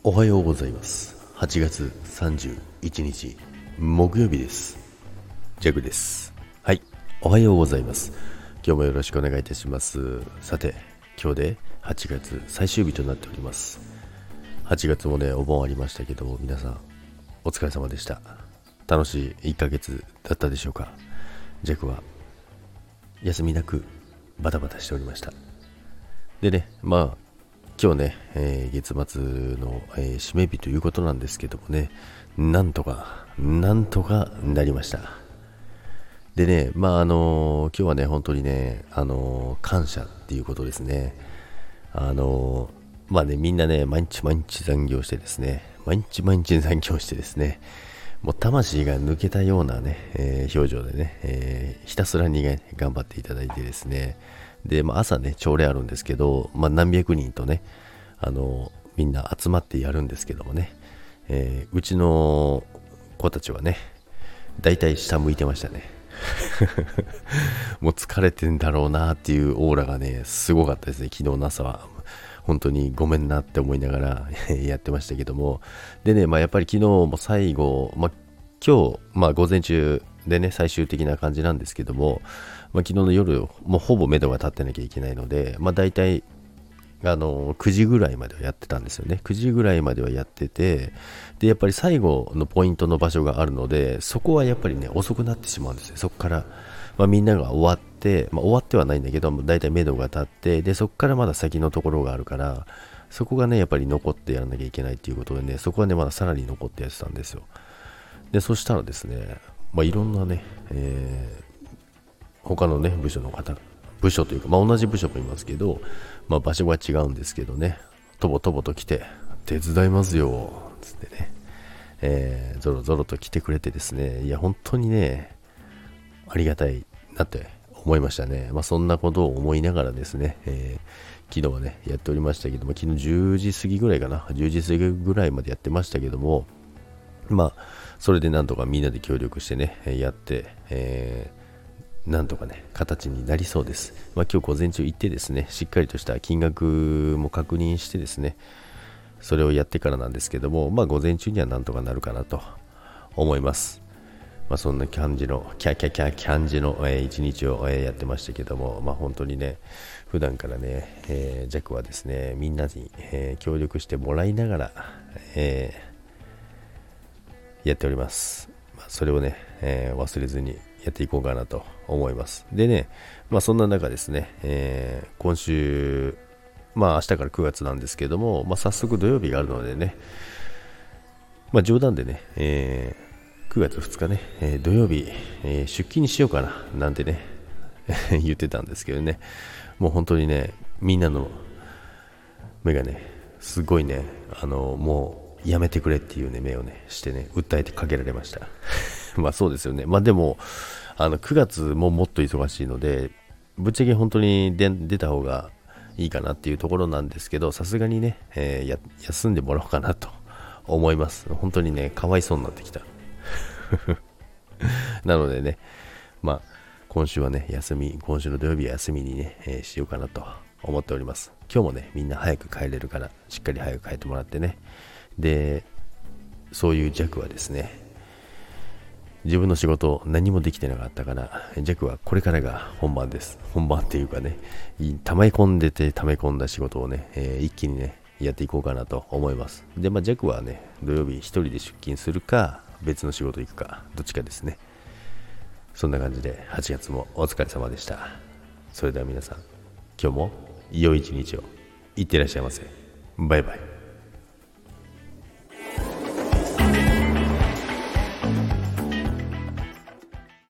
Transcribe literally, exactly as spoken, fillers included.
おはようございます。はちがつさんじゅういちにち木曜日です。ジャグです。はい、おはようございます。今日もよろしくお願いいたします。さて、今日ではちがつ最終日となっております。はちがつもね、お盆ありましたけど、皆さんお疲れ様でした。楽しいいっかげつだったでしょうか。ジャグは休みなくバタバタしておりました。でね、まあ今日ね、えー、月末の、えー、締め日ということなんですけどもね、なんとかなんとかなりました。でね、まああのー、今日はね本当にね、あのー、感謝っていうことですね。あのー、まあね、みんなね毎日毎日残業してですね、毎日毎日残業してですね、もう魂が抜けたようなね、えー、表情でね、えー、ひたすらに、ね、頑張っていただいてですね、で、まあ、朝ね朝礼あるんですけど、まあ、何百人とね、あのみんな集まってやるんですけどもね、えー、うちの子たちはねだいたい下向いてましたね。もう疲れてんだろうなっていうオーラがねすごかったですね。昨日の朝は本当にごめんなって思いながらやってましたけども、でね、まあ、やっぱり昨日も最後、まあ、今日、まあ、午前中でね最終的な感じなんですけども、まあ、昨日の夜もうほぼ目処が立ってなきゃいけないので、まあ、大体あのくじぐらいまではやってたんですよね。くじぐらいまではやってて、でやっぱり最後のポイントの場所があるので、そこはやっぱりね遅くなってしまうんですよ。そこから、まあ、みんなが終わって、まあ、終わってはないんだけど、だいたい目処が立って、でそこからまだ先のところがあるから、そこがねやっぱり残ってやらなきゃいけないっていうことでね、そこはねまださらに残ってやってたんですよ。でそしたらですね、まあ、いろんなね、えー、他のね部署の方、部署というか、まあ、同じ部署もいますけど、まあ、場所は違うんですけどね、とぼとぼと来て手伝いますよつってね、えー、ぞろぞろと来てくれてですね、いや本当にねありがたいなって思いましたね。まあ、そんなことを思いながらですね、えー、昨日はねやっておりましたけども、昨日じゅうじ過ぎぐらいかな、じゅうじ過ぎぐらいまでやってましたけども、まあそれでなんとかみんなで協力してねやって、えーなんとかね形になりそうです。まあ、今日午前中行ってですね、しっかりとした金額も確認してですね、それをやってからなんですけども、まあ午前中にはなんとかなるかなと思います。まあ、そんな感じのキャキャキャキャンジの、えー、一日を、えー、やってましたけども、まあ本当にね普段からね、えー、ジャックはですねみんなに、えー、協力してもらいながら、えー、やっております。まあ、それをね、えー、忘れずにやっていこうかなと思います。でね、まあそんな中ですね、えー、今週、まあ明日からくがつなんですけども、まあ早速土曜日があるのでね、まあ冗談でね、えー、くがつふつかね、えー、土曜日、えー、出勤にしようかななんてね言ってたんですけどね、もう本当にねみんなの目がねすごいね、あのもうやめてくれっていうね目をねしてね訴えてかけられました。まあそうですよね。まあでもあのくがつももっと忙しいので、ぶっちゃけ本当に出出た方がいいかなっていうところなんですけど、さすがにね、えー、や休んでもらおうかなと思います。本当にねかわいそうになってきた。なのでね、まあ今週はね休み、今週の土曜日は休みにね、えー、しようかなと思っております。今日もねみんな早く帰れるからしっかり早く帰ってもらってね、でそういう弱はですね、自分の仕事何もできてなかったから、弱はこれからが本番です。本番っていうかね、溜め込んでて溜め込んだ仕事をね、えー、一気にねやっていこうかなと思います。で、まあ弱はね土曜日一人で出勤するか別の仕事行くかどっちかですね。そんな感じではちがつもお疲れ様でした。それでは皆さん、今日も良い一日をいってらっしゃいませ。バイバイ。